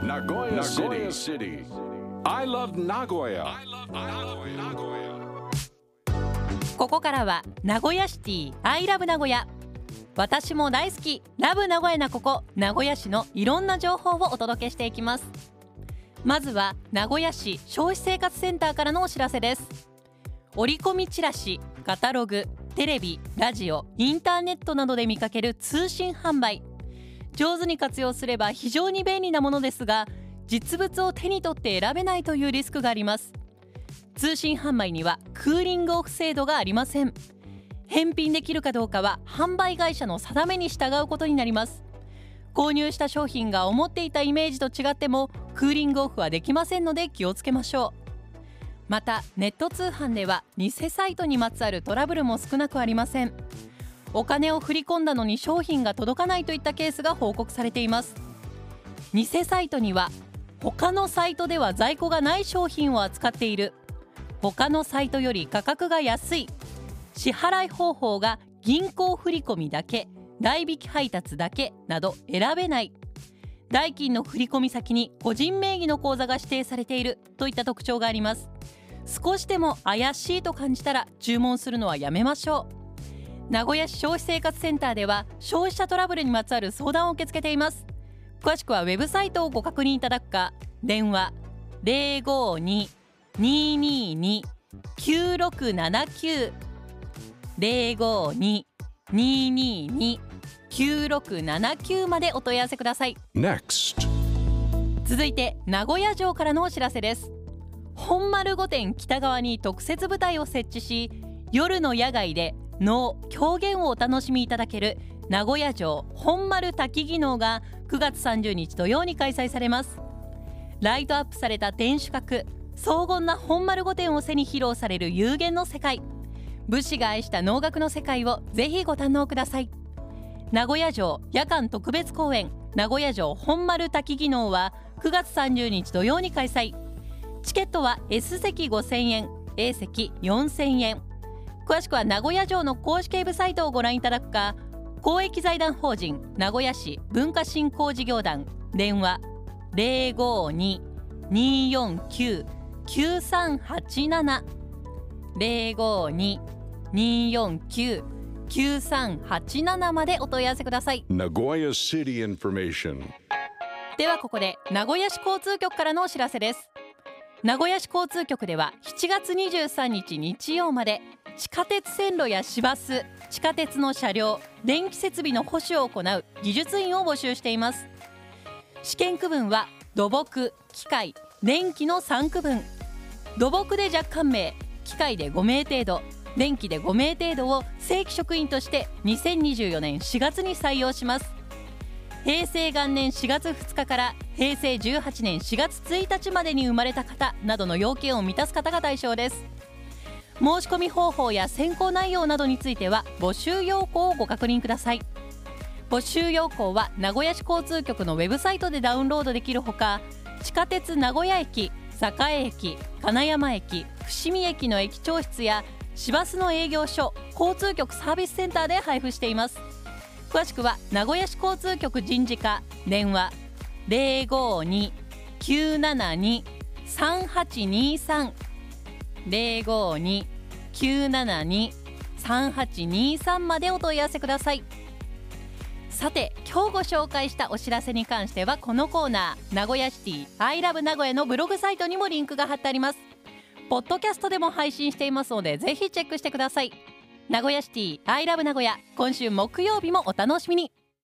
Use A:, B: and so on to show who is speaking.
A: Nagoya City. I love Nagoya.
B: ここからは名古屋シティ I love 名古屋。私も大好きラブ名古屋なここ名古屋市のいろんな情報をお届けしていきます。まずは名古屋市消費生活センターからのお知らせです。折り込みチラシ、カタログ、テレビ、ラジオ、インターネットなどで見かける通信販売、上手に活用すれば非常に便利なものですが、実物を手に取って選べないというリスクがあります。通信販売にはクーリングオフ制度がありません。返品できるかどうかは販売会社の定めに従うことになります。購入した商品が思っていたイメージと違ってもクーリングオフはできませんので気をつけましょう。またネット通販では偽サイトにまつわるトラブルも少なくありません。お金を振り込んだのに商品が届かないといったケースが報告されています。偽サイトには他のサイトでは在庫がない商品を扱っている、他のサイトより価格が安い、支払い方法が銀行振込だけ、代引き配達だけなど選べない、代金の振込先に個人名義の口座が指定されているといった特徴があります。少しでも怪しいと感じたら注文するのはやめましょう。名古屋市消費生活センターでは消費者トラブルにまつわる相談を受け付けています。詳しくはウェブサイトをご確認いただくか、電話 052-222-9679 052-222-9679までお問い合わせください。
A: Next.
B: 続いて名古屋城からのお知らせです。本丸御殿北側に特設舞台を設置し、夜の野外で能・狂言をお楽しみいただける名古屋城本丸滝技能が9月30日土曜に開催されます。ライトアップされた天守閣、荘厳な本丸御殿を背に披露される幽玄の世界、武士が愛した能楽の世界をぜひご堪能ください。名古屋城夜間特別公演名古屋城本丸滝技能は9月30日土曜に開催。チケットは S 席5000円、A 席4000円。詳しくは名古屋城の公式ウェブサイトをご覧いただくか、公益財団法人名古屋市文化振興事業団、電話 052-249-9387 052-249-9387 までお問い合わせください。
A: Nagoya City information.
B: ではここで名古屋市交通局からのお知らせです。名古屋市交通局では7月23日日曜まで地下鉄線路や市バス、地下鉄の車両、電気設備の保守を行う技術員を募集しています。試験区分は土木、機械、電気の3区分。土木で若干名、機械で5名程度、電気で5名程度を正規職員として2024年4月に採用します。平成元年4月2日から平成18年4月1日までに生まれた方などの要件を満たす方が対象です。申し込み方法や選考内容などについては募集要項をご確認ください。募集要項は名古屋市交通局のウェブサイトでダウンロードできるほか、地下鉄名古屋駅、栄駅、金山駅、伏見駅の駅長室や市バスの営業所、交通局サービスセンターで配布しています。詳しくは名古屋市交通局人事課、電話 052-972-3823 052-972-3823 までお問い合わせください。さて今日ご紹介したお知らせに関してはこのコーナー名古屋シティ I love 名古屋のブログサイトにもリンクが貼ってあります。ポッドキャストでも配信していますのでぜひチェックしてください。名古屋シティ I love 名古屋、今週木曜日もお楽しみに。